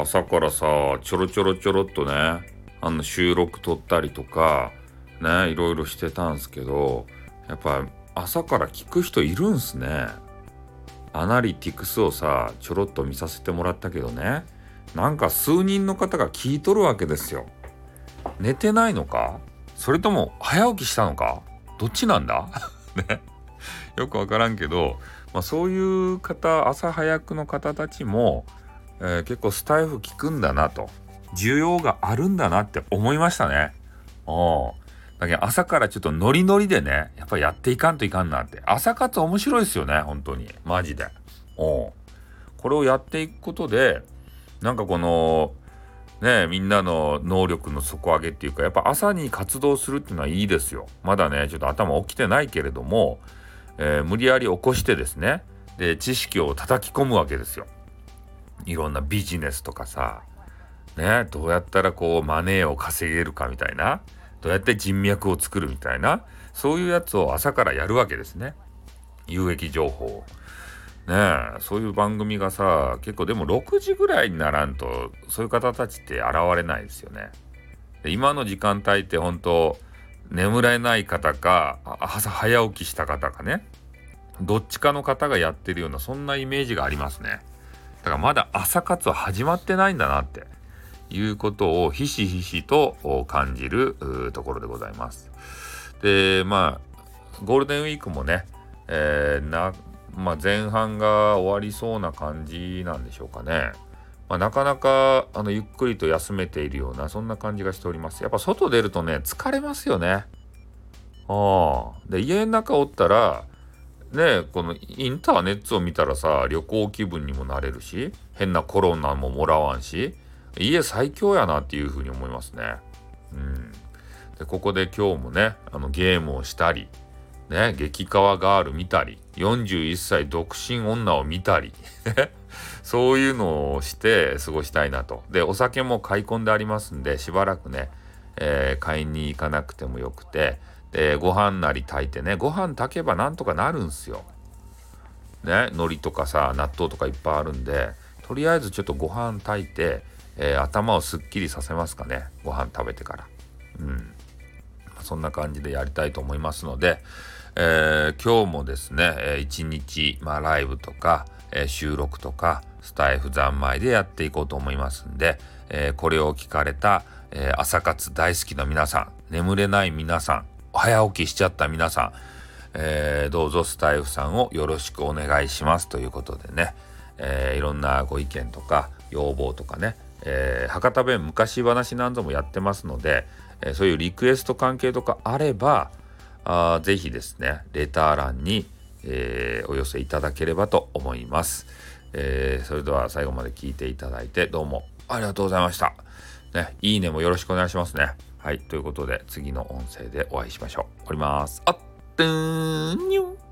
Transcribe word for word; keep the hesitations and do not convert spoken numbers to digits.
朝からさ、ちょろちょろちょろっとね、あの収録撮ったりとか、ね、いろいろしてたんすけど、やっぱ朝から聞く人いるんすね。アナリティクスをさ、ちょろっと見させてもらったけどね、なんか数人の方が聞いとるわけですよ。寝てないのか、それとも早起きしたのか、どっちなんだね、よくわからんけど、まあ、そういう方、朝早くの方たちも、えー、結構スタイフ聞くんだなと、需要があるんだなって思いましたね。おだけど朝からちょっとノリノリでね、やっぱやっていかんといかんなって。朝活面白いですよね、本当にマジで。おこれをやっていくことで、なんかこのね、みんなの能力の底上げっていうか、やっぱ朝に活動するっていうのはいいですよ。まだねちょっと頭起きてないけれども、えー、無理やり起こしてですね、で知識を叩き込むわけですよ。いろんなビジネスとかさ、ね、どうやったらこうマネーを稼げるかみたいな、どうやって人脈を作るみたいな、そういうやつを朝からやるわけですね。有益情報ねえ、そういう番組がさ、結構でもろくじぐらいにならんとそういう方たちって現れないですよね。で今の時間帯って本当眠れない方か朝早起きした方かね、どっちかの方がやってるような、そんなイメージがありますね。だからまだ朝活は始まってないんだなっていうことをひしひしと感じるところでございます。でまあゴールデンウィークもね、えー、なまあ、前半が終わりそうな感じなんでしょうかね。まあ、なかなかあのゆっくりと休めているような、そんな感じがしております。やっぱ外出るとね疲れますよね。ああで家の中おったらね、このインターネットを見たらさ、旅行気分にもなれるし、変なコロナももらわんし、家最強やなっていうふうに思いますね。うん。でここで今日もね、あのゲームをしたりね、激カワガール見たり、よんじゅういっさい独身女を見たりそういうのをして過ごしたいなと。でお酒も買い込んでありますんで、しばらくね、えー、買いに行かなくてもよくて、でご飯なり炊いてね、ご飯炊けばなんとかなるんすよね。海苔とかさ、納豆とかいっぱいあるんで、とりあえずちょっとご飯炊いて、えー、頭をすっきりさせますかね、ご飯食べてから。うんそんな感じでやりたいと思いますので、えー、今日もですね、えー、一日、まあ、ライブとか、えー、収録とかスタイフ三昧でやっていこうと思いますんで、えー、これを聞かれた、えー、朝活大好きな皆さん、眠れない皆さん、早起きしちゃった皆さん、えー、どうぞスタイフさんをよろしくお願いしますということでね、えー、いろんなご意見とか要望とかね、えー、博多弁昔話なんぞもやってますので、えー、そういうリクエスト関係とかあれば、あぜひですねレター欄に、えー、お寄せいただければと思います、えー、それでは最後まで聞いていただいてどうもありがとうございました、ね、いいねもよろしくお願いしますね。はい、ということで次の音声でお会いしましょう。おります。あってーんにゅん。